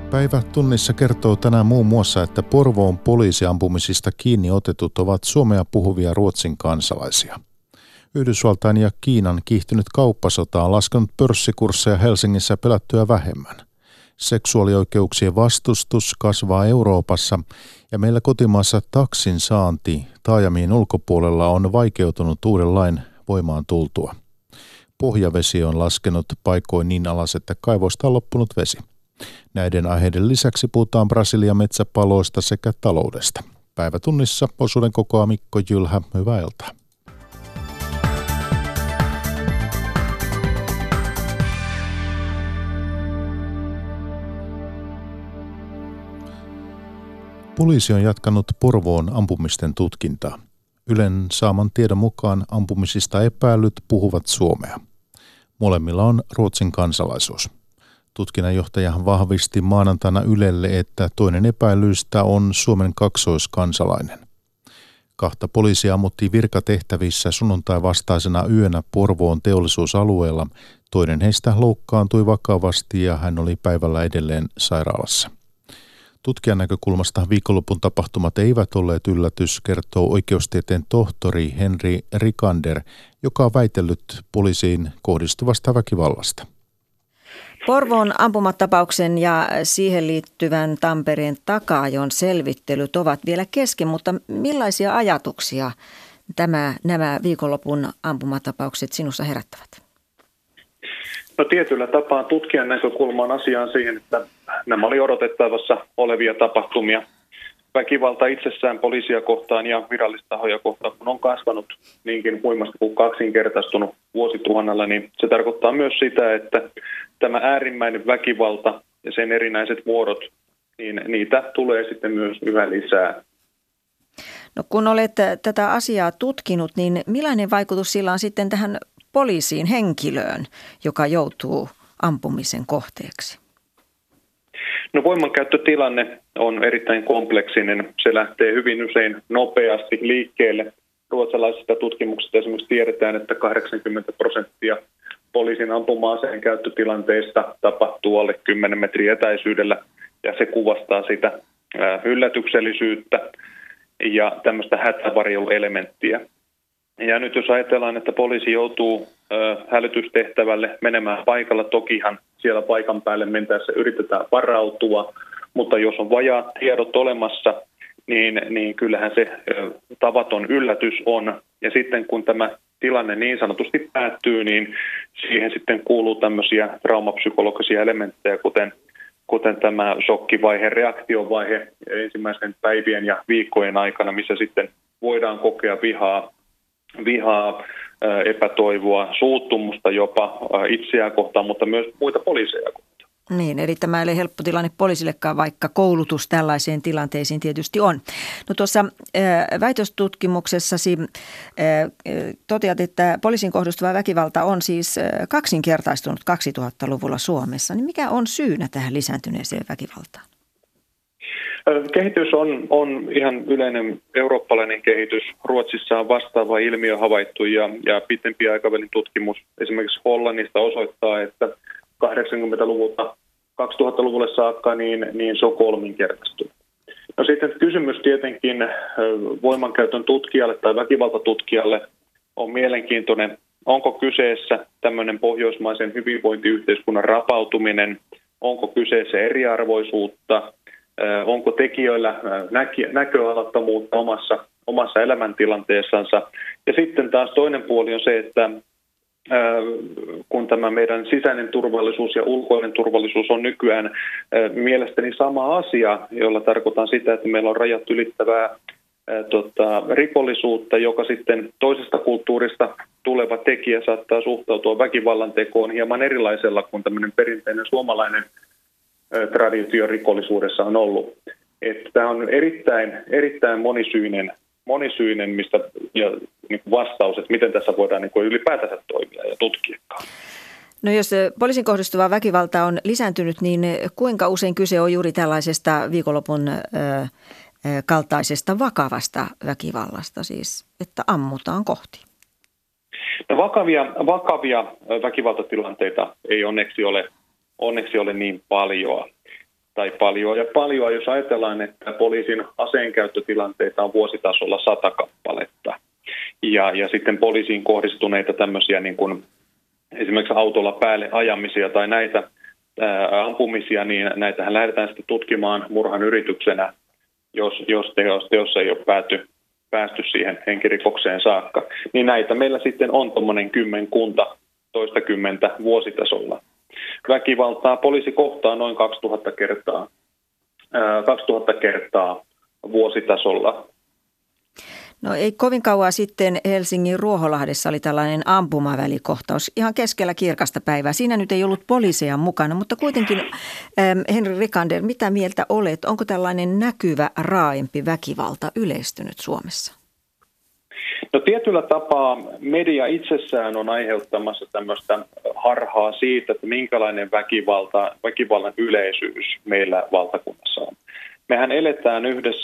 Päivä tunnissa kertoo tänään muun muassa, että Porvoon poliisiampumisista kiinni otetut ovat suomea puhuvia Ruotsin kansalaisia. Yhdysvaltain ja Kiinan kiihtynyt kauppasota on laskenut pörssikursseja Helsingissä pelättyä vähemmän. Seksuaalioikeuksien vastustus kasvaa Euroopassa ja meillä kotimaassa taksin saanti taajamien ulkopuolella on vaikeutunut uuden lain voimaan tultua. Pohjavesi on laskenut paikoin niin alas, että kaivoista on loppunut vesi. Näiden aiheiden lisäksi puhutaan Brasilian metsäpaloista sekä taloudesta. Päivätunnissa osuuden kokoaa Mikko Jylhä. Hyvää iltaa. Poliisi on jatkanut Porvoon ampumisten tutkintaa. Ylen saaman tiedon mukaan ampumisista epäillyt puhuvat suomea. Molemmilla on Ruotsin kansalaisuus. Tutkinnanjohtaja vahvisti maanantaina Ylelle, että toinen epäilyistä on Suomen kaksoiskansalainen. Kahta poliisia ammuttiin virkatehtävissä sunnuntai vastaisena yönä Porvoon teollisuusalueella. Toinen heistä loukkaantui vakavasti ja hän oli päivällä edelleen sairaalassa. Tutkijan näkökulmasta viikonlopun tapahtumat eivät olleet yllätys, kertoo oikeustieteen tohtori Henri Rikander, joka on väitellyt poliisiin kohdistuvasta väkivallasta. Porvoon ampumatapauksen ja siihen liittyvän Tampereen taka-ajon selvittelyt ovat vielä kesken, mutta millaisia ajatuksia nämä viikonlopun ampumatapaukset sinussa herättävät? No tietyllä tapaa tutkijan näkökulmaan asiaan siihen, että nämä oli odotettavassa olevia tapahtumia. Väkivalta itsessään poliisia kohtaan ja virallistahoja kohtaan, kun on kasvanut niinkin huimasti kuin kaksinkertaistunut vuosituhannella, niin se tarkoittaa myös sitä, että tämä äärimmäinen väkivalta ja sen erinäiset muodot, niin niitä tulee sitten myös yhä lisää. No kun olet tätä asiaa tutkinut, niin millainen vaikutus sillä on sitten tähän poliisiin henkilöön, joka joutuu ampumisen kohteeksi? No voimankäyttötilanne on erittäin kompleksinen. Se lähtee hyvin usein nopeasti liikkeelle. Ruotsalaisista tutkimuksista esimerkiksi tiedetään, että 80% poliisin ampuma-aseen käyttötilanteista tapahtuu alle 10 metrin etäisyydellä. Ja se kuvastaa sitä yllätyksellisyyttä ja tämmöistä hätävarjeluelementtiä. Ja nyt jos ajatellaan, että poliisi joutuu hälytystehtävälle menemään paikalla, tokihan siellä paikan päälle mentäessä yritetään varautua, mutta jos on vajaat tiedot olemassa, niin kyllähän se tavaton yllätys on. Ja sitten kun tämä tilanne niin sanotusti päättyy, niin siihen sitten kuuluu tämmöisiä traumapsykologisia elementtejä, kuten tämä shokkivaihe, reaktiovaihe ensimmäisen päivien ja viikkojen aikana, missä sitten voidaan kokea vihaa, epätoivoa, suuttumusta jopa itseään kohtaan, mutta myös muita poliiseja kohtaan. Niin, eli tämä ei ole helppo tilanne poliisillekaan, vaikka koulutus tällaiseen tilanteisiin tietysti on. No tuossa väitöstutkimuksessasi toteat, että poliisin kohdistuva väkivalta on siis kaksinkertaistunut 2000-luvulla Suomessa. Niin mikä on syynä tähän lisääntyneeseen väkivaltaan? Kehitys on ihan yleinen eurooppalainen kehitys. Ruotsissa on vastaava ilmiö havaittu ja pitempi aikavälin tutkimus esimerkiksi Hollannista osoittaa, että 80-luvulta 2000-luvulle saakka niin se on kolminkertaistunut. No sitten kysymys tietenkin voimankäytön tutkijalle tai väkivaltatutkijalle on mielenkiintoinen. Onko kyseessä tämmöinen pohjoismaisen hyvinvointiyhteiskunnan rapautuminen? Onko kyseessä eriarvoisuutta? Onko tekijöillä näköalattomuutta omassa elämäntilanteessansa? Ja sitten taas toinen puoli on se, että kun tämä meidän sisäinen turvallisuus ja ulkoinen turvallisuus on nykyään mielestäni sama asia, jolla tarkoitan sitä, että meillä on rajat ylittävää rikollisuutta, joka sitten toisesta kulttuurista tuleva tekijä saattaa suhtautua väkivallan tekoon hieman erilaisella kuin tämmöinen perinteinen suomalainen traditio rikollisuudessa on ollut. Että tämä on erittäin monisyinen mistä, ja niin vastaus, että miten tässä voidaan niin ylipäätänsä toimia ja tutkiakaan. No jos poliisin kohdistuva väkivalta on lisääntynyt, niin kuinka usein kyse on juuri tällaisesta viikonlopun kaltaisesta vakavasta väkivallasta, siis että ammutaan kohti? No vakavia väkivaltatilanteita ei onneksi ole niin paljon. tai paljon, jos ajatellaan, että poliisin aseenkäyttötilanteita on vuositasolla 100 kappaletta. Ja sitten poliisiin kohdistuneita tämmöisiä niin kuin esimerkiksi autolla päälle ajamisia tai näitä ampumisia, niin näitähän lähdetään sitten tutkimaan murhan yrityksenä, jos teos ei ole päästy siihen henkirikokseen saakka. Niin näitä meillä sitten on tuommoinen 10 vuositasolla. Väkivaltaa poliisi kohtaa noin 2000 kertaa vuositasolla. No ei kovin kauan sitten Helsingin Ruoholahdessa oli tällainen ampumavälikohtaus ihan keskellä kirkasta päivää. Siinä nyt ei ollut poliiseja mukana, mutta kuitenkin Henri Rikander, mitä mieltä olet? Onko tällainen näkyvä raaempi väkivalta yleistynyt Suomessa? No tietyllä tapaa media itsessään on aiheuttamassa tämmöistä harhaa siitä, että minkälainen väkivallan yleisyys meillä valtakunnassa on. Mehän eletään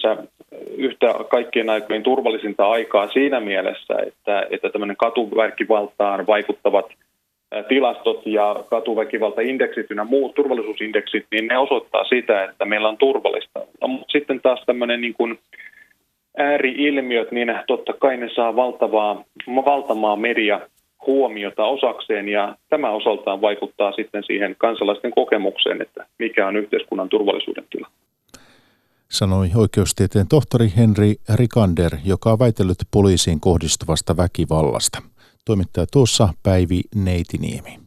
yhtä kaikkien aikojen turvallisinta aikaa siinä mielessä, että tämmöinen katuväkivaltaan vaikuttavat tilastot ja katuväkivaltaindeksit ja muut turvallisuusindeksit, niin ne osoittaa sitä, että meillä on turvallista. No, mutta sitten taas tämmöinen niin kuin ääri-ilmiöt, niin totta kai ne saa valtavaa media huomiota osakseen, ja tämä osaltaan vaikuttaa sitten siihen kansalaisten kokemukseen, että mikä on yhteiskunnan turvallisuuden tila. Sanoi oikeustieteen tohtori Henri Rikander, joka on väitellyt poliisiin kohdistuvasta väkivallasta. Toimittaja tuossa Päivi Neitiniemi.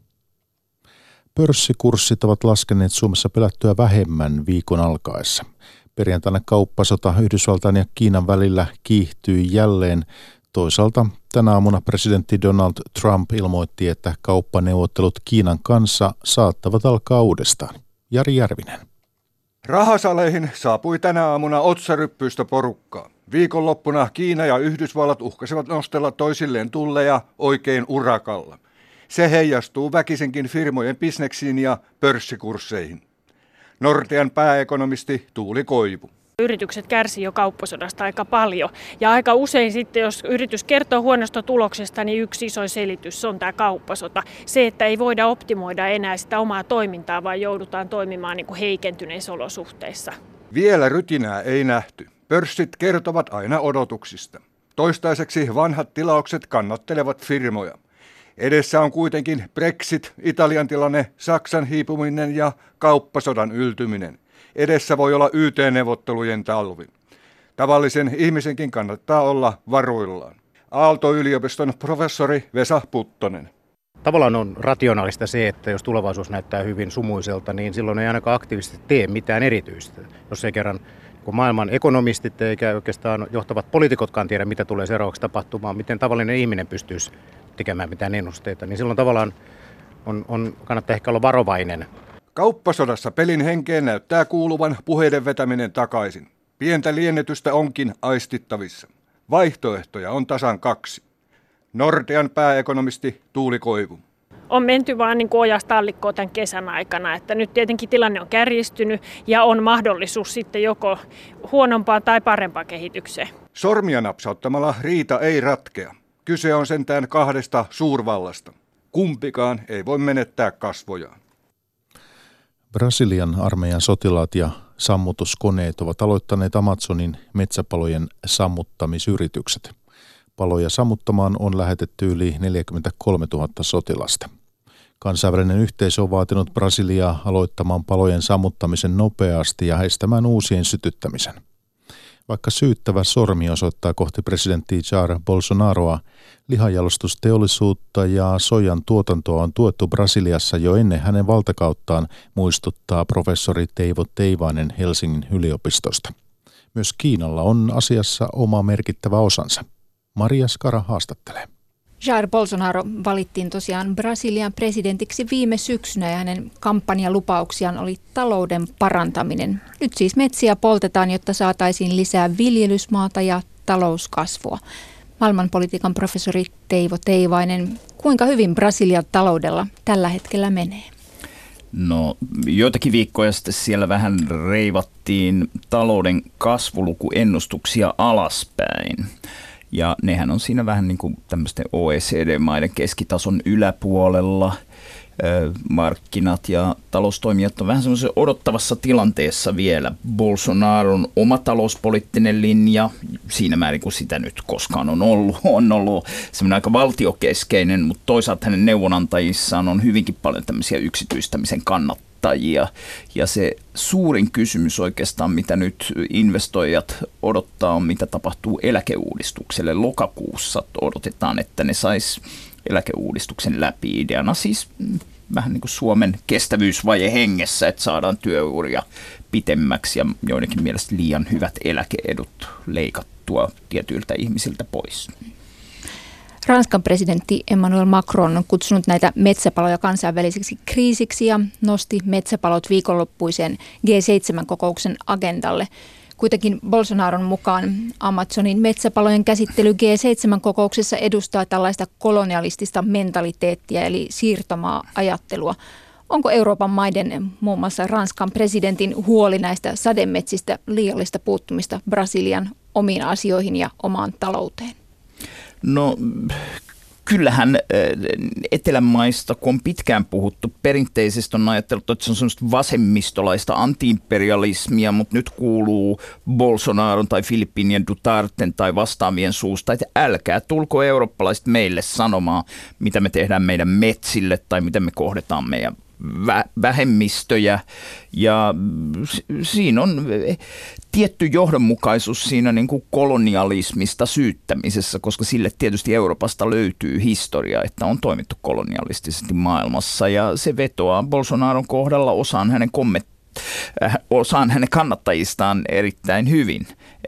Pörssikurssit ovat laskeneet Suomessa pelättyä vähemmän viikon alkaessa. Perjantaina kauppasota Yhdysvaltain ja Kiinan välillä kiihtyi jälleen. Toisaalta tänä aamuna presidentti Donald Trump ilmoitti, että kauppaneuvottelut Kiinan kanssa saattavat alkaa uudestaan. Jari Järvinen. Rahasaleihin saapui tänä aamuna otsaryppyistä porukkaa. Viikonloppuna Kiina ja Yhdysvallat uhkasivat nostella toisilleen tulleja oikein urakalla. Se heijastuu väkisinkin firmojen bisneksiin ja pörssikursseihin. Nordean pääekonomisti Tuuli Koivu. Yritykset kärsii jo kauppasodasta aika paljon. Ja aika usein sitten, jos yritys kertoo huonosta tuloksesta, niin yksi iso selitys on tämä kauppasota. Se, että ei voida optimoida enää sitä omaa toimintaa, vaan joudutaan toimimaan niin kuin heikentyneissä olosuhteissa. Vielä rytinää ei nähty. Pörssit kertovat aina odotuksista. Toistaiseksi vanhat tilaukset kannattelevat firmoja. Edessä on kuitenkin Brexit, Italian tilanne, Saksan hiipuminen ja kauppasodan yltyminen. Edessä voi olla YT-neuvottelujen talvi. Tavallisen ihmisenkin kannattaa olla varuillaan. Aalto-yliopiston professori Vesa Puttonen. Tavallaan on rationaalista se, että jos tulevaisuus näyttää hyvin sumuiselta, niin silloin ei ainakaan aktiivisesti tee mitään erityistä. Jos ei kerran kun maailman ekonomistit eikä oikeastaan johtavat poliitikotkaan tiedä, mitä tulee seuraavaksi tapahtumaan, miten tavallinen ihminen pystyisi tekemään mitään ennusteita, niin silloin tavallaan kannattaa ehkä olla varovainen. Kauppasodassa pelin henkeen näyttää kuuluvan puheiden vetäminen takaisin. Pientä liennetystä onkin aistittavissa. Vaihtoehtoja on tasan 2. Nordean pääekonomisti Tuuli Koivu. On menty vaan niin kuin ojasta allikkoon tämän kesän aikana, että nyt tietenkin tilanne on kärjistynyt ja on mahdollisuus sitten joko huonompaan tai parempaan kehitykseen. Sormia napsauttamalla riita ei ratkea. Kyse on sentään 2 suurvallasta. Kumpikaan ei voi menettää kasvojaan. Brasilian armeijan sotilaat ja sammutuskoneet ovat aloittaneet Amazonin metsäpalojen sammuttamisyritykset. Paloja sammuttamaan on lähetetty yli 43 000 sotilasta. Kansainvälinen yhteisö on vaatinut Brasiliaa aloittamaan palojen sammuttamisen nopeasti ja estämään uusien sytyttämisen. Vaikka syyttävä sormi osoittaa kohti presidentti Jair Bolsonaroa, lihanjalostusteollisuutta ja soijan tuotantoa on tuettu Brasiliassa jo ennen hänen valtakauttaan, muistuttaa professori Teivo Teivainen Helsingin yliopistosta. Myös Kiinalla on asiassa oma merkittävä osansa. Maria Skara haastattelee. Jair Bolsonaro valittiin tosiaan Brasilian presidentiksi viime syksynä ja hänen kampanjalupauksiaan oli talouden parantaminen. Nyt siis metsiä poltetaan, jotta saataisiin lisää viljelysmaata ja talouskasvua. Maailmanpolitiikan professori Teivo Teivainen, kuinka hyvin Brasilian taloudella tällä hetkellä menee? No joitakin viikkoja sitten siellä vähän reivattiin talouden kasvulukuennustuksia alaspäin. Ja nehän on siinä vähän niin kuin tämmöisten OECD-maiden keskitason yläpuolella. markkinat ja taloustoimijat on vähän semmoisessa odottavassa tilanteessa vielä. Bolsonaron oma talouspoliittinen linja, siinä määrin kuin sitä nyt koskaan on ollut semmoinen aika valtiokeskeinen, mutta toisaalta hänen neuvonantajissaan on hyvinkin paljon tämmöisiä yksityistämisen kannattajia. Ja se suurin kysymys oikeastaan, mitä nyt investoijat odottaa, on mitä tapahtuu eläkeuudistukselle. Lokakuussa odotetaan, että ne sais eläkeuudistuksen läpi. Ideana siis vähän niin kuin Suomen kestävyysvaje hengessä, että saadaan työuria pitemmäksi ja joidenkin mielestä liian hyvät eläkeedut leikattua tietyiltä ihmisiltä pois. Ranskan presidentti Emmanuel Macron on kutsunut näitä metsäpaloja kansainväliseksi kriisiksi ja nosti metsäpalot viikonloppuisen G7-kokouksen agendalle. Kuitenkin Bolsonaron mukaan Amazonin metsäpalojen käsittely G7-kokouksessa edustaa tällaista kolonialistista mentaliteettia eli siirtomaa-ajattelua. Onko Euroopan maiden, muun muassa Ranskan presidentin huoli näistä sademetsistä liiallista puuttumista Brasilian omiin asioihin ja omaan talouteen? No kyllähän Etelänmaista, kun on pitkään puhuttu, perinteisesti on ajateltu, että se on semmoista vasemmistolaista anti-imperialismia, mutta nyt kuuluu Bolsonaron tai Filippinien Duterten tai vastaavien suusta, että älkää tulko eurooppalaiset meille sanomaan, mitä me tehdään meidän metsille tai miten me kohdetaan meidän vähemmistöjä, ja siinä on tietty johdonmukaisuus siinä niin kuin kolonialismista syyttämisessä, koska sille tietysti Euroopasta löytyy historia, että on toimittu kolonialistisesti maailmassa, ja se vetoaa Bolsonaron kohdalla osaan hänen kannattajistaan erittäin hyvin.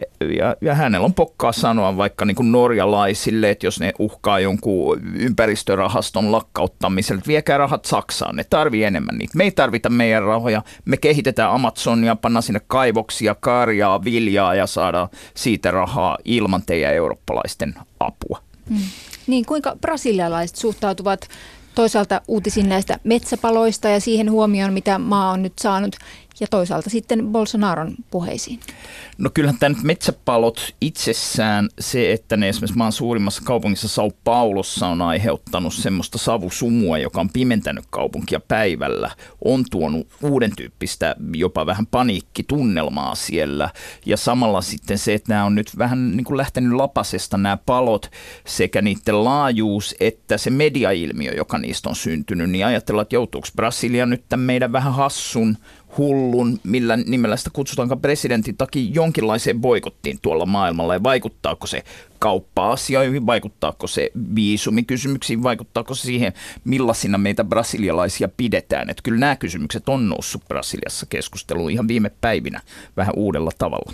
Ja hänellä on pokkaa sanoa vaikka niin kuin norjalaisille, että jos ne uhkaa jonkun ympäristörahaston lakkauttamiselle, että viekää rahat Saksaan, ne tarvii enemmän niitä. Me ei tarvita meidän rahoja, me kehitetään Amazonia, pannaan sinne kaivoksia, karjaa, viljaa ja saadaan siitä rahaa ilman teidän eurooppalaisten apua. Niin, kuinka brasilialaiset suhtautuvat toisaalta uutisiin näistä metsäpaloista ja siihen huomioon, mitä maa on nyt saanut, ja toisaalta sitten Bolsonaron puheisiin? No kyllähän tämä nyt metsäpalot itsessään, se, että ne esimerkiksi maan suurimmassa kaupungissa São Paulossa on aiheuttanut semmoista savusumua, joka on pimentänyt kaupunkia päivällä, on tuonut uuden tyyppistä jopa vähän paniikkitunnelmaa siellä. Ja samalla sitten se, että nämä on nyt vähän niin kuin lähtenyt lapasesta nämä palot, sekä niiden laajuus että se mediailmiö, joka niistä on syntynyt, niin ajatellaan, että joutuuko Brasilia nyt tämän meidän vähän hassun, hullun, millä nimellä sitä kutsutaankaan presidentin takia jonkinlaiseen boikottiin tuolla maailmalla, ja vaikuttaako se kauppa-asioihin, vaikuttaako se viisumikysymyksiin, vaikuttaako se siihen, millaisina meitä brasilialaisia pidetään. Että kyllä nämä kysymykset on noussut Brasiliassa keskusteluun ihan viime päivinä vähän uudella tavalla.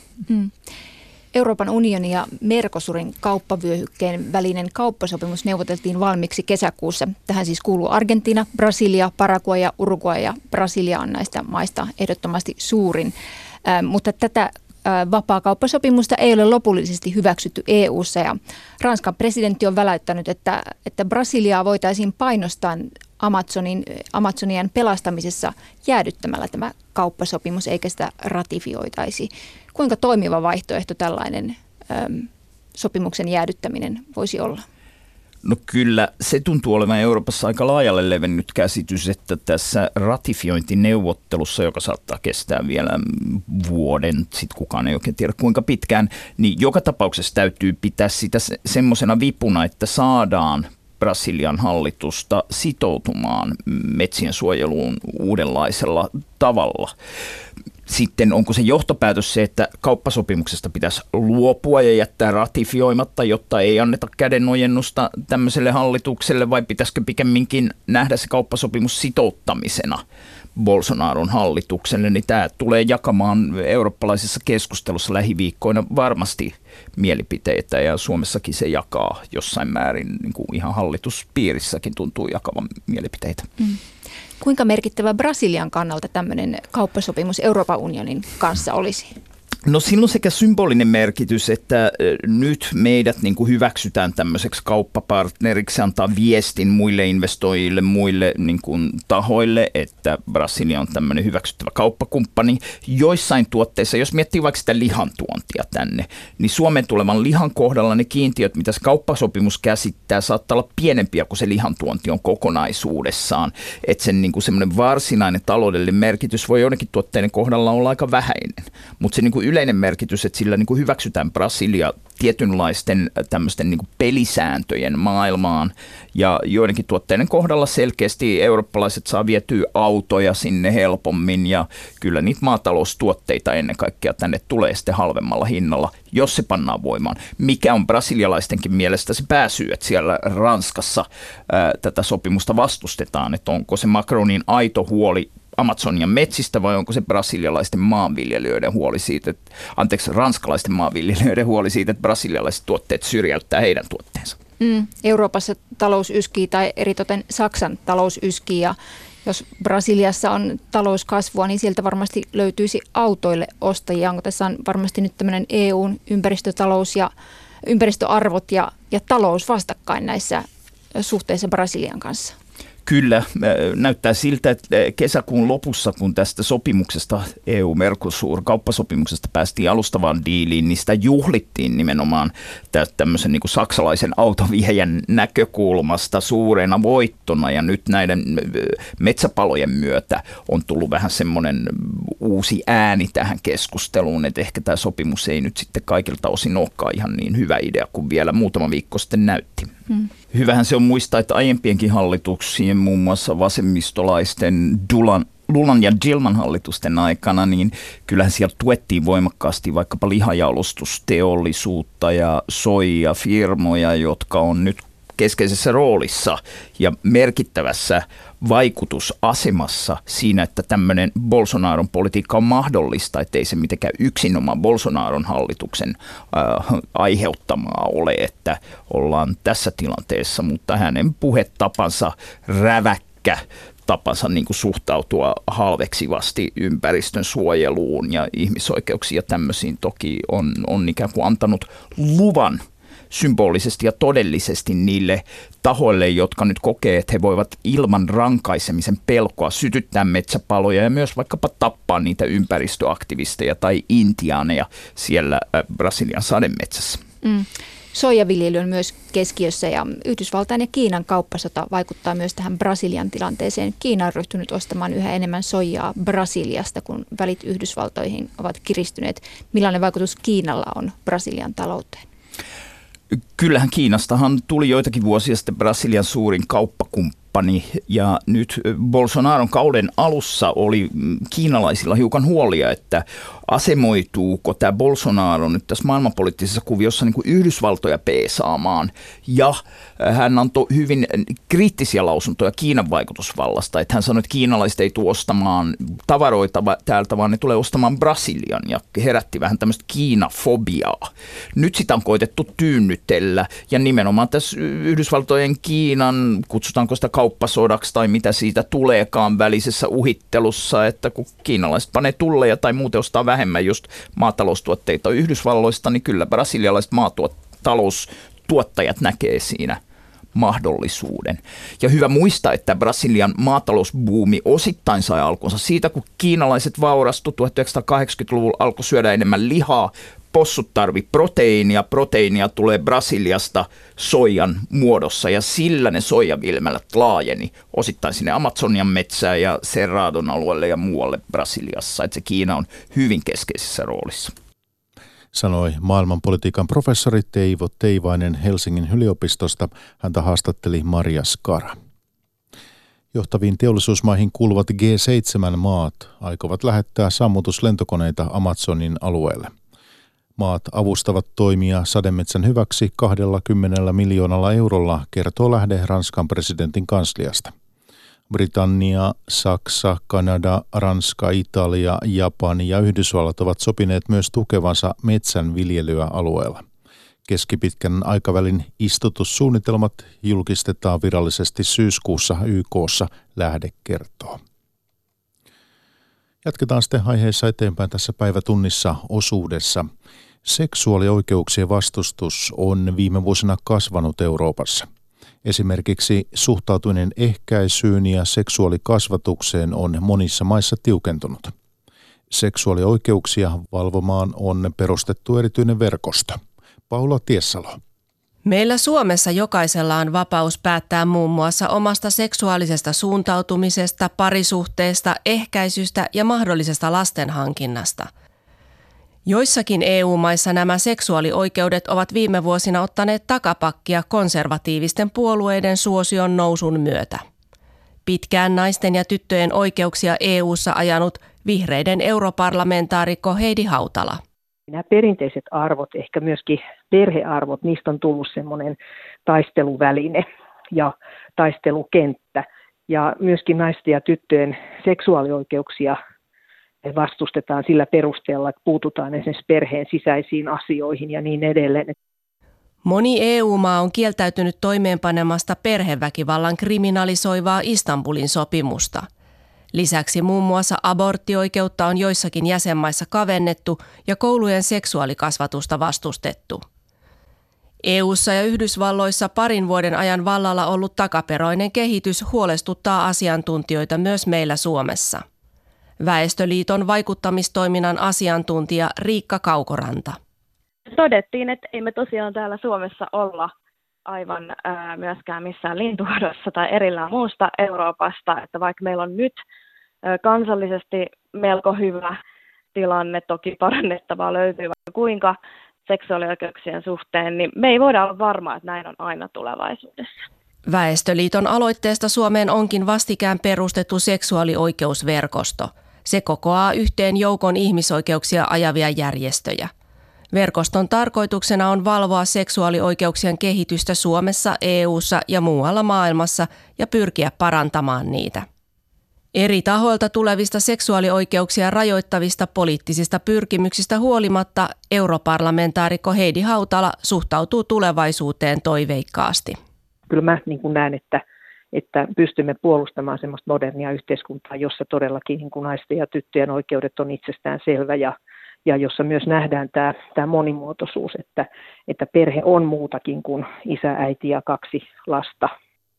Euroopan unionin ja Mercosurin kauppavyöhykkeen välinen kauppasopimus neuvoteltiin valmiiksi kesäkuussa. Tähän siis kuuluu Argentiina, Brasilia, Paraguay ja Uruguay, ja Brasilia on näistä maista ehdottomasti suurin. Mutta tätä vapaakauppasopimusta ei ole lopullisesti hyväksytty EU:ssa, ja Ranskan presidentti on väläyttänyt, että Brasiliaa voitaisiin painostaa Amazonian pelastamisessa jäädyttämällä tämä kauppasopimus, eikä sitä ratifioitaisi. Kuinka toimiva vaihtoehto tällainen sopimuksen jäädyttäminen voisi olla? No kyllä, se tuntuu olevan Euroopassa aika laajalle levennyt käsitys, että tässä ratifiointineuvottelussa, joka saattaa kestää vielä vuoden, sitten kukaan ei oikein tiedä kuinka pitkään, niin joka tapauksessa täytyy pitää sitä semmoisena vipuna, että saadaan Brasilian hallitusta sitoutumaan metsien suojeluun uudenlaisella tavalla. Sitten onko se johtopäätös se, että kauppasopimuksesta pitäisi luopua ja jättää ratifioimatta, jotta ei anneta kädenojennusta tämmöiselle hallitukselle, vai pitäisikö pikemminkin nähdä se kauppasopimus sitouttamisena Bolsonaron hallitukselle, niin tämä tulee jakamaan eurooppalaisessa keskustelussa lähiviikkoina varmasti mielipiteitä, ja Suomessakin se jakaa jossain määrin, niin kuin ihan hallituspiirissäkin tuntuu jakavan mielipiteitä. Kuinka merkittävä Brasilian kannalta tämmöinen kauppasopimus Euroopan unionin kanssa olisi? No silloin sekä symbolinen merkitys, että nyt meidät niin kuin hyväksytään tämmöiseksi kauppapartneriksi, antaa viestin muille investoijille, muille niin kuin tahoille, että Brasilia on tämmöinen hyväksyttävä kauppakumppani. Joissain tuotteissa, jos miettii vaikka sitä lihantuontia tänne, niin Suomen tulevan lihan kohdalla ne kiintiöt, mitä se kauppasopimus käsittää, saattaa olla pienempiä kuin se lihantuonti on kokonaisuudessaan. Että sen niin kuin semmoinen varsinainen taloudellinen merkitys voi joidenkin tuotteiden kohdalla olla aika vähäinen, mutta se niin kuin yleinen merkitys, että sillä niin kuin hyväksytään Brasilia tietynlaisten tämmöisten niin kuin pelisääntöjen maailmaan ja joidenkin tuotteiden kohdalla selkeästi eurooppalaiset saa vietyä autoja sinne helpommin ja kyllä niitä maataloustuotteita ennen kaikkea tänne tulee sitten halvemmalla hinnalla, jos se pannaan voimaan. Mikä on brasilialaistenkin mielestä se pääsyy, että siellä Ranskassa tätä sopimusta vastustetaan, että onko se Macronin aito huoli Amazonian metsistä vai onko se brasilialaisten maanviljelijöiden huoli siitä, ranskalaisten maanviljelijöiden huoli siitä, että brasilialaiset tuotteet syrjäyttää heidän tuotteensa? Euroopassa talous yskii tai eritoten Saksan talous yskii ja jos Brasiliassa on talouskasvua, niin sieltä varmasti löytyisi autoille ostajia. Onko tässä on varmasti nyt tämmöinen EUn ympäristötalous ja ympäristöarvot ja talous vastakkain näissä suhteissa Brasilian kanssa? Kyllä, näyttää siltä, että kesäkuun lopussa, kun tästä sopimuksesta, EU-Mercosur-kauppasopimuksesta päästiin alustavaan diiliin, niin sitä juhlittiin nimenomaan tämmöisen niin kuin saksalaisen autoviejän näkökulmasta suurena voittona. Ja nyt näiden metsäpalojen myötä on tullut vähän semmoinen uusi ääni tähän keskusteluun, että ehkä tämä sopimus ei nyt sitten kaikilta osin olekaan ihan niin hyvä idea kuin vielä muutama viikko sitten näytti. Hyvähän se on muistaa, että aiempienkin hallituksien, muun muassa vasemmistolaisten Lulan ja Dilman hallitusten aikana, niin kyllähän siellä tuettiin voimakkaasti vaikkapa lihajalostusteollisuutta ja soijafirmoja, jotka on nyt keskeisessä roolissa ja merkittävässä vaikutusasemassa siinä, että tämmöinen Bolsonaron politiikka on mahdollista, ettei se mitenkään yksinomaan Bolsonaron hallituksen aiheuttamaa ole, että ollaan tässä tilanteessa, mutta hänen puhetapansa räväkkä tapansa niin kuin suhtautua halveksivasti ympäristön suojeluun ja ihmisoikeuksiin ja tämmöisiin toki on ikään kuin antanut luvan symbolisesti ja todellisesti niille tahoille, jotka nyt kokee, että he voivat ilman rankaisemisen pelkoa sytyttää metsäpaloja ja myös vaikkapa tappaa niitä ympäristöaktivisteja tai intiaaneja siellä Brasilian sademetsässä. Soijaviljely on myös keskiössä ja Yhdysvaltain ja Kiinan kauppasota vaikuttaa myös tähän Brasilian tilanteeseen. Kiina on ryhtynyt ostamaan yhä enemmän soijaa Brasiliasta, kun välit Yhdysvaltoihin ovat kiristyneet. Millainen vaikutus Kiinalla on Brasilian talouteen? Kyllähän Kiinastahan tuli joitakin vuosia sitten Brasilian suurin kauppakumppani ja nyt Bolsonaron kauden alussa oli kiinalaisilla hiukan huolia, että asemoituuko tämä Bolsonaro nyt tässä maailmanpoliittisessa kuviossa niin kuin Yhdysvaltoja peesaamaan ja hän antoi hyvin kriittisiä lausuntoja Kiinan vaikutusvallasta, että hän sanoi, että kiinalaiset ei tule ostamaan tavaroita täältä, vaan ne tulee ostamaan Brasilian ja herätti vähän tämmöistä Kiinafobiaa. Nyt sitä on koitettu tyynnytellä ja nimenomaan tässä Yhdysvaltojen Kiinan, kutsutaanko sitä kauppasodaksi tai mitä siitä tuleekaan välisessä uhittelussa, että kun kiinalaiset panee tulleja tai muuten ostaa vähemmän just maataloustuotteita Yhdysvalloista, niin kyllä brasilialaiset maataloustuottajat näkee siinä mahdollisuuden. Ja hyvä muistaa, että Brasilian maatalousbuumi osittain sai alkunsa siitä, kun kiinalaiset vaurastu 1980-luvulla alkoi syödä enemmän lihaa, possut tarvitsevat proteiinia, proteiinia tulee Brasiliasta soijan muodossa ja sillä ne soijavilmelät laajeni osittain sinne Amazonian metsään ja Cerradon alueelle ja muualle Brasiliassa, että se Kiina on hyvin keskeisessä roolissa. Sanoi maailmanpolitiikan professori Teivo Teivainen Helsingin yliopistosta. Häntä haastatteli Maria Skara. Johtaviin teollisuusmaihin kuuluvat G7-maat aikovat lähettää sammutuslentokoneita Amazonin alueelle. Maat avustavat toimia sademetsän hyväksi 20 miljoonalla eurolla, kertoo lähde Ranskan presidentin kansliasta. Britannia, Saksa, Kanada, Ranska, Italia, Japani ja Yhdysvallat ovat sopineet myös tukevansa metsän viljelyä alueella. Keskipitkän aikavälin istutussuunnitelmat julkistetaan virallisesti syyskuussa YK:ssa, lähde kertoo. Jatketaan sitten aiheessa eteenpäin tässä päivätunnissa osuudessa. Seksuaalioikeuksien vastustus on viime vuosina kasvanut Euroopassa. Esimerkiksi suhtautuminen ehkäisyyn ja seksuaalikasvatukseen on monissa maissa tiukentunut. Seksuaalioikeuksia valvomaan on perustettu erityinen verkosto. Paula Tiessalo. Meillä Suomessa jokaisella on vapaus päättää muun muassa omasta seksuaalisesta suuntautumisesta, parisuhteesta, ehkäisystä ja mahdollisesta lastenhankinnasta. Joissakin EU-maissa nämä seksuaalioikeudet ovat viime vuosina ottaneet takapakkia konservatiivisten puolueiden suosion nousun myötä. Pitkään naisten ja tyttöjen oikeuksia EU:ssa ajanut vihreiden europarlamentaarikko Heidi Hautala. Nämä perinteiset arvot, ehkä myöskin perhearvot, niistä on tullut semmoinen taisteluväline ja taistelukenttä. Ja myöskin naisten ja tyttöjen seksuaalioikeuksia vastustetaan sillä perusteella, että puututaan esimerkiksi perheen sisäisiin asioihin ja niin edelleen. Moni EU-maa on kieltäytynyt toimeenpanemasta perheväkivallan kriminalisoivaa Istanbulin sopimusta. Lisäksi muun muassa aborttioikeutta on joissakin jäsenmaissa kavennettu ja koulujen seksuaalikasvatusta vastustettu. EU:ssa ja Yhdysvalloissa parin vuoden ajan vallalla ollut takaperoinen kehitys huolestuttaa asiantuntijoita myös meillä Suomessa. Väestöliiton vaikuttamistoiminnan asiantuntija Riikka Kaukoranta. Todettiin, että ei me tosiaan täällä Suomessa olla aivan myöskään missään lintukodossa tai erillään muusta Euroopasta, että vaikka meillä on nyt kansallisesti melko hyvä tilanne, toki parannettavaa löytyy vaikka kuinka seksuaalioikeuksien suhteen, niin me ei voida olla varmaa, että näin on aina tulevaisuudessa. Väestöliiton aloitteesta Suomeen onkin vastikään perustettu seksuaalioikeusverkosto. Se kokoaa yhteen joukon ihmisoikeuksia ajavia järjestöjä. Verkoston tarkoituksena on valvoa seksuaalioikeuksien kehitystä Suomessa, EU:ssa ja muualla maailmassa ja pyrkiä parantamaan niitä. Eri tahoilta tulevista seksuaalioikeuksia rajoittavista poliittisista pyrkimyksistä huolimatta europarlamentaarikko Heidi Hautala suhtautuu tulevaisuuteen toiveikkaasti. Kyllä mä näen, että pystymme puolustamaan semmoista modernia yhteiskuntaa, jossa todellakin naisten ja tyttöjen oikeudet on itsestään selvä ja jossa myös nähdään tämä monimuotoisuus, että perhe on muutakin kuin isä, äiti ja 2 lasta.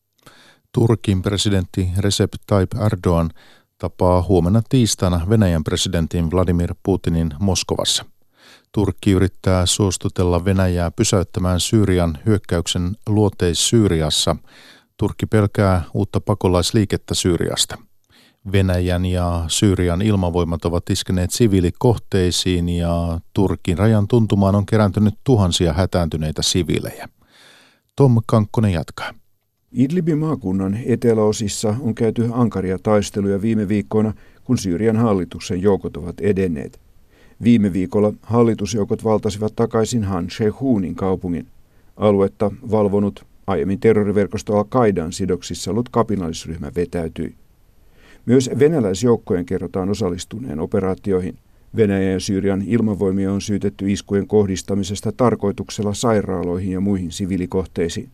Turkin presidentti Recep Tayyip Erdoğan tapaa huomenna tiistaina Venäjän presidentin Vladimir Putinin Moskovassa. Turkki yrittää suostutella Venäjää pysäyttämään Syyrian hyökkäyksen Luoteis-Syyriassa. Turkki pelkää uutta pakolaisliikettä Syyriasta. Venäjän ja Syyrian ilmavoimat ovat iskeneet siviilikohteisiin ja Turkin rajan tuntumaan on kerääntynyt tuhansia hätääntyneitä siviilejä. Tom Kankkonen jatkaa. Idlibin maakunnan eteläosissa on käyty ankaria taisteluja viime viikkoina, kun Syyrian hallituksen joukot ovat edenneet. Viime viikolla hallitusjoukot valtasivat takaisin Han Sheikhounin kaupungin. Aluetta valvonut aiemmin terroriverkosto Al-Qaidan sidoksissa ollut kapinallisryhmä vetäytyi. Myös venäläisjoukkojen kerrotaan osallistuneen operaatioihin. Venäjän ja Syyrian ilmavoimia on syytetty iskujen kohdistamisesta tarkoituksella sairaaloihin ja muihin siviilikohteisiin.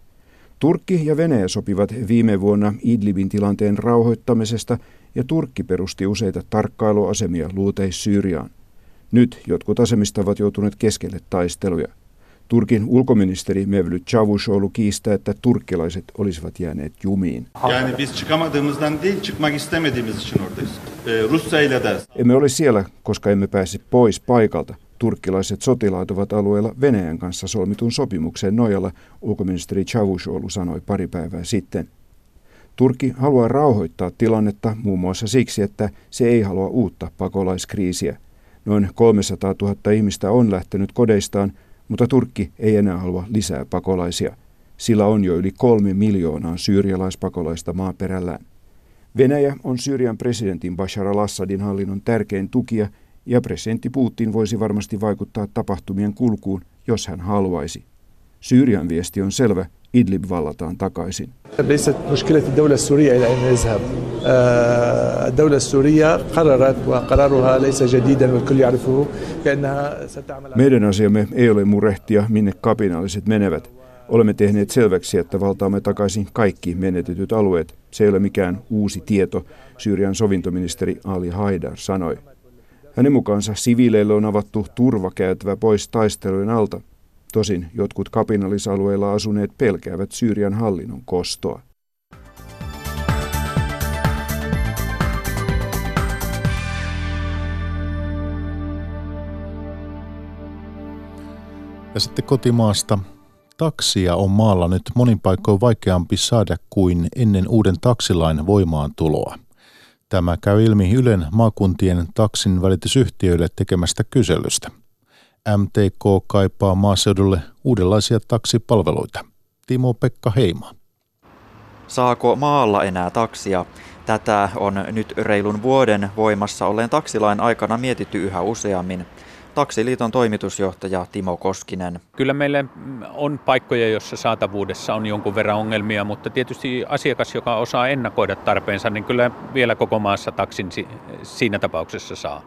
Turkki ja Venäjä sopivat viime vuonna Idlibin tilanteen rauhoittamisesta ja Turkki perusti useita tarkkailuasemia Luoteis-Syyriaan. Nyt jotkut asemista ovat joutuneet keskelle taisteluja. Turkin ulkoministeri Mevlüt Çavuşoğlu kiistää, että turkkilaiset olisivat jääneet jumiin. Emme ole siellä, koska emme pääse pois paikalta. Turkkilaiset sotilaat ovat alueella Venäjän kanssa solmitun sopimuksen nojalla, ulkoministeri Çavuşoğlu sanoi pari päivää sitten. Turkki haluaa rauhoittaa tilannetta muun muassa siksi, että se ei halua uutta pakolaiskriisiä. Noin 300 000 ihmistä on lähtenyt kodeistaan, mutta Turkki ei enää halua lisää pakolaisia. Sillä on jo yli 3 miljoonaa syyrialaispakolaista maaperällään. Venäjä on Syyrian presidentin Bashar al-Assadin hallinnon tärkein tukija ja presidentti Putin voisi varmasti vaikuttaa tapahtumien kulkuun, jos hän haluaisi. Syyrian viesti on selvä, Idlib vallataan takaisin. Meidän asiamme ei ole murehtia, minne kapinalliset menevät. Olemme tehneet selväksi, että valtaamme takaisin kaikki menetetyt alueet. Se ei ole mikään uusi tieto, Syyrian sovintoministeri Ali Haidar sanoi. Hänen mukaansa siviileille on avattu turvakäytävä pois taistelujen alta. Tosin jotkut kapinallisalueilla asuneet pelkäävät Syyrian hallinnon kostoa. Ja sitten kotimaasta. Taksia on maalla nyt monin paikoin vaikeampi saada kuin ennen uuden taksilain voimaantuloa. Tämä käy ilmi Ylen maakuntien taksin välitysyhtiöille tekemästä kyselystä. MTK kaipaa maaseudulle uudenlaisia taksipalveluita. Timo-Pekka Heima. Saako maalla enää taksia? Tätä on nyt reilun vuoden voimassa olleen taksilain aikana mietitty yhä useammin. Taksiliiton toimitusjohtaja Timo Koskinen. Kyllä meillä on paikkoja, joissa saatavuudessa on jonkun verran ongelmia, mutta tietysti asiakas, joka osaa ennakoida tarpeensa, niin kyllä vielä koko maassa taksin siinä tapauksessa saa.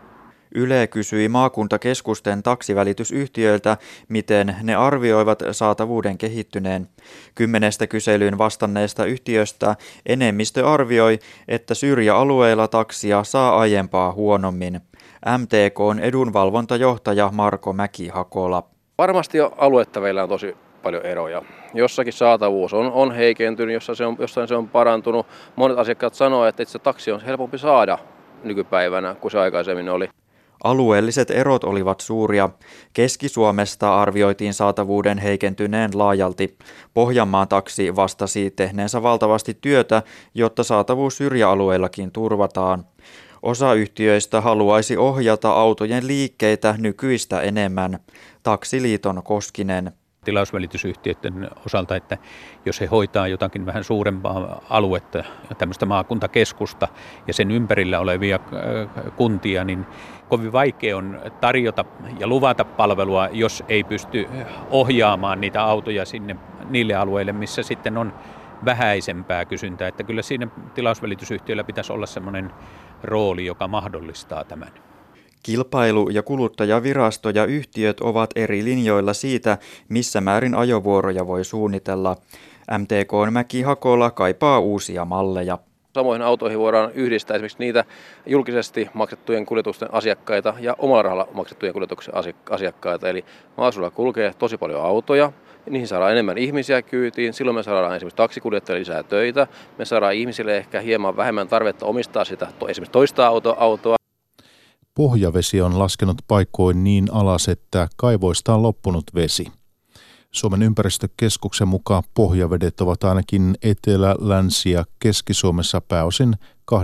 Yle kysyi maakuntakeskusten taksivälitysyhtiöiltä, miten ne arvioivat saatavuuden kehittyneen. 10 kyselyyn vastanneesta yhtiöstä enemmistö arvioi, että syrjäalueilla taksia saa aiempaa huonommin. MTK:n edunvalvontajohtaja Marko Mäki-Hakola. Varmasti jo aluettaveillä on tosi paljon eroja. Jossakin saatavuus on heikentynyt, jossain se on parantunut. Monet asiakkaat sanoo, että itse taksi on helpompi saada nykypäivänä kuin se aikaisemmin oli. Alueelliset erot olivat suuria. Keski-Suomesta arvioitiin saatavuuden heikentyneen laajalti. Pohjanmaan taksi vastasi tehneensä valtavasti työtä, jotta saatavuus syrjäalueillakin turvataan. Osa yhtiöistä haluaisi ohjata autojen liikkeitä nykyistä enemmän. Taksiliiton Koskinen. Tilausvälitysyhtiöiden osalta, että jos he hoitaa jotakin vähän suurempaa aluetta, tämmöistä maakuntakeskusta ja sen ympärillä olevia kuntia, niin kovin vaikea on tarjota ja luvata palvelua, jos ei pysty ohjaamaan niitä autoja sinne niille alueille, missä sitten on vähäisempää kysyntää. Että kyllä siinä tilausvälitysyhtiöllä pitäisi olla semmoinen rooli, joka mahdollistaa tämän. Kilpailu- ja kuluttajavirasto ja yhtiöt ovat eri linjoilla siitä, missä määrin ajovuoroja voi suunnitella. MTK:n Mäki-Hakola kaipaa uusia malleja. Samoihin autoihin voidaan yhdistää esimerkiksi niitä julkisesti maksettujen kuljetusten asiakkaita ja omalla rahalla maksettujen kuljetuksen asiakkaita. Eli maaseudulla kulkee tosi paljon autoja, niihin saadaan enemmän ihmisiä kyytiin, silloin me saadaan esimerkiksi taksikuljettajille lisää töitä, me saadaan ihmisille ehkä hieman vähemmän tarvetta omistaa sitä esimerkiksi toista autoa. Pohjavesi on laskenut paikoin niin alas, että kaivoista on loppunut vesi. Suomen ympäristökeskuksen mukaan pohjavedet ovat ainakin Etelä-, Länsi- ja Keski-Suomessa pääosin 20-50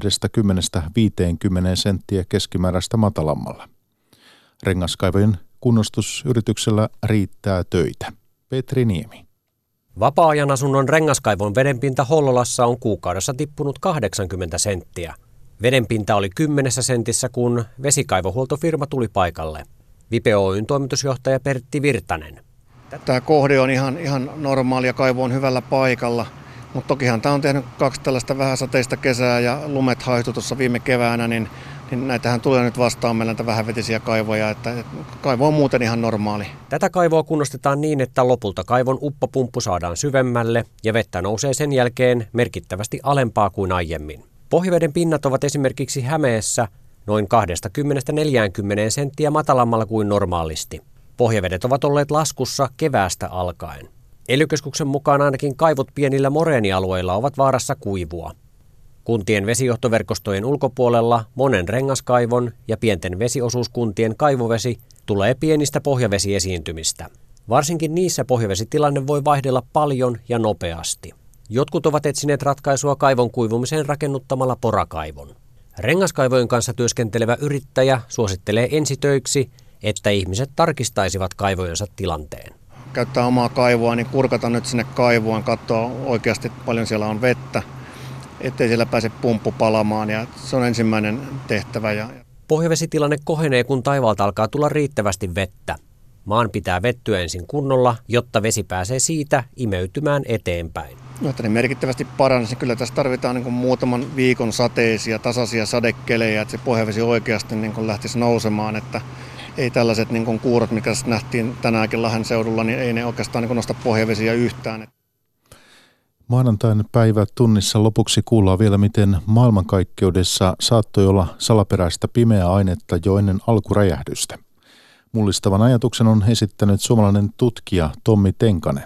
senttiä keskimääräistä matalammalla. Rengaskaivojen kunnostusyrityksellä riittää töitä. Petri Niemi. Vapaa-ajan asunnon rengaskaivon vedenpinta Hollolassa on kuukaudessa tippunut 80 senttiä. Vedenpinta oli 10 sentissä, kun vesikaivohuoltofirma tuli paikalle. Vipe Oyn toimitusjohtaja Pertti Virtanen. Tämä kohde on ihan normaali ja kaivo on hyvällä paikalla, mutta tokihan tämä on tehnyt 2 tällaista vähäsateista kesää ja lumet haihtu tuossa viime keväänä, niin näitähän tulee nyt vastaan meillä näitä vähävetisiä kaivoja, että kaivo on muuten ihan normaali. Tätä kaivoa kunnostetaan niin, että lopulta kaivon uppopumppu saadaan syvemmälle ja vettä nousee sen jälkeen merkittävästi alempaa kuin aiemmin. Pohjaveden pinnat ovat esimerkiksi Hämeessä noin 20-40 senttiä matalammalla kuin normaalisti. Pohjavedet ovat olleet laskussa keväästä alkaen. ELY-keskuksen mukaan ainakin kaivot pienillä moreenialueilla ovat vaarassa kuivua. Kuntien vesijohtoverkostojen ulkopuolella monen rengaskaivon ja pienten vesiosuuskuntien kaivovesi tulee pienistä pohjavesiesiintymistä. Varsinkin niissä pohjavesitilanne voi vaihdella paljon ja nopeasti. Jotkut ovat etsineet ratkaisua kaivon kuivumiseen rakennuttamalla porakaivon. Rengaskaivojen kanssa työskentelevä yrittäjä suosittelee ensitöiksi, että ihmiset tarkistaisivat kaivojensa tilanteen. Käyttää omaa kaivoa, niin kurkata nyt sinne kaivoon, katsoa oikeasti paljon siellä on vettä, ettei siellä pääse pumppu palamaan, ja se on ensimmäinen tehtävä. Pohjavesitilanne kohenee, kun taivaalta alkaa tulla riittävästi vettä. Maan pitää vettyä ensin kunnolla, jotta vesi pääsee siitä imeytymään eteenpäin. Jotta ne merkittävästi paranisi, kyllä tässä tarvitaan niin kuin muutaman viikon sateisia, tasaisia sadekelejä, että se pohjavesi oikeasti niin kuin lähtisi nousemaan, että ei tällaiset niin kuin kuurot, mikä nähtiin tänäänkin Lahden seudulla, niin ei ne oikeastaan niin kuin nosta pohjavesiä yhtään. Maanantain päivä tunnissa lopuksi kuullaan vielä, miten maailmankaikkeudessa saattoi olla salaperäistä pimeää ainetta jo ennen alkuräjähdystä. Mullistavan ajatuksen on esittänyt suomalainen tutkija Tommi Tenkanen.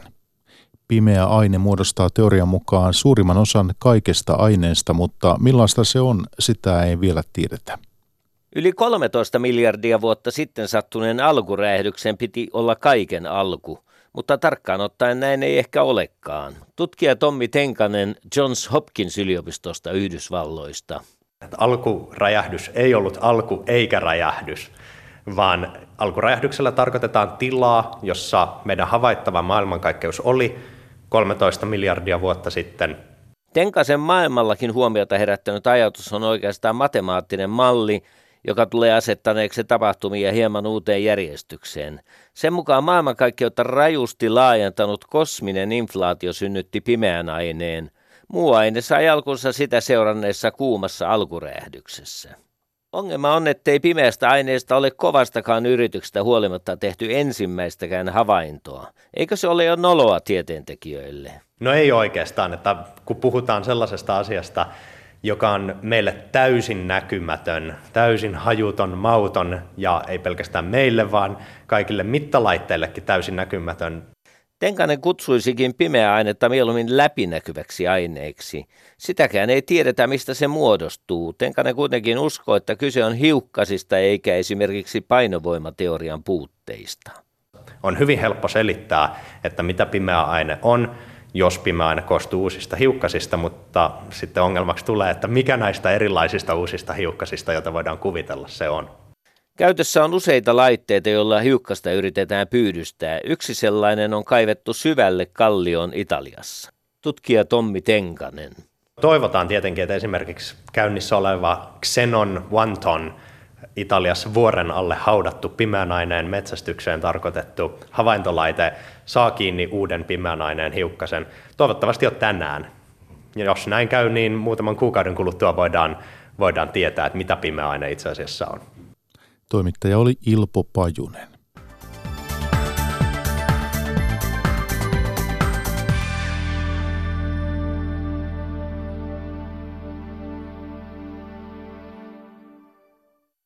Pimeä aine muodostaa teorian mukaan suurimman osan kaikesta aineesta, mutta millaista se on, sitä ei vielä tiedetä. Yli 13 miljardia vuotta sitten sattuneen alkuräjähdyksen piti olla kaiken alku, mutta tarkkaan ottaen näin ei ehkä olekaan. Tutkija Tommi Tenkanen Johns Hopkins yliopistosta Yhdysvalloista. Alkuräjähdys ei ollut alku eikä räjähdys, vaan alkuräjähdyksellä tarkoitetaan tilaa, jossa meidän havaittava maailmankaikkeus oli 13 miljardia vuotta sitten. Tenkasen maailmallakin huomiota herättänyt ajatus on oikeastaan matemaattinen malli, joka tulee asettaneeksi tapahtumia hieman uuteen järjestykseen. Sen mukaan maailmankaikkeutta rajusti laajentanut kosminen inflaatio synnytti pimeän aineen. Muu aine sai alkunsa sitä seuranneessa kuumassa alkuräjähdyksessä. Ongelma on, ettei pimeästä aineesta ole kovastakaan yrityksestä huolimatta tehty ensimmäistäkään havaintoa. Eikö se ole jo noloa tieteentekijöille? No ei oikeastaan, että kun puhutaan sellaisesta asiasta, joka on meille täysin näkymätön, täysin hajuton, mauton ja ei pelkästään meille, vaan kaikille mittalaitteillekin täysin näkymätön. Tenkanen kutsuisikin pimeää ainetta mieluummin läpinäkyväksi aineeksi. Sitäkään ei tiedetä, mistä se muodostuu. Tenkanen kuitenkin uskoo, että kyse on hiukkasista eikä esimerkiksi painovoimateorian puutteista. On hyvin helppo selittää, että mitä pimeä aine on, jos pimeä aine koostuu uusista hiukkasista, mutta sitten ongelmaksi tulee, että mikä näistä erilaisista uusista hiukkasista, joita voidaan kuvitella, se on. Käytössä on useita laitteita, joilla hiukkasta yritetään pyydystää. Yksi sellainen on kaivettu syvälle kallioon Italiassa. Tutkija Tommi Tenkanen. Toivotaan tietenkin, että esimerkiksi käynnissä oleva Xenon Wanton Italiassa vuoren alle haudattu pimeän aineen metsästykseen tarkoitettu havaintolaite saa kiinni uuden pimeän aineen hiukkasen. Toivottavasti jo tänään. Ja jos näin käy, niin muutaman kuukauden kuluttua voidaan tietää, että mitä pimeä aine itse asiassa on. Toimittaja oli Ilpo Pajunen.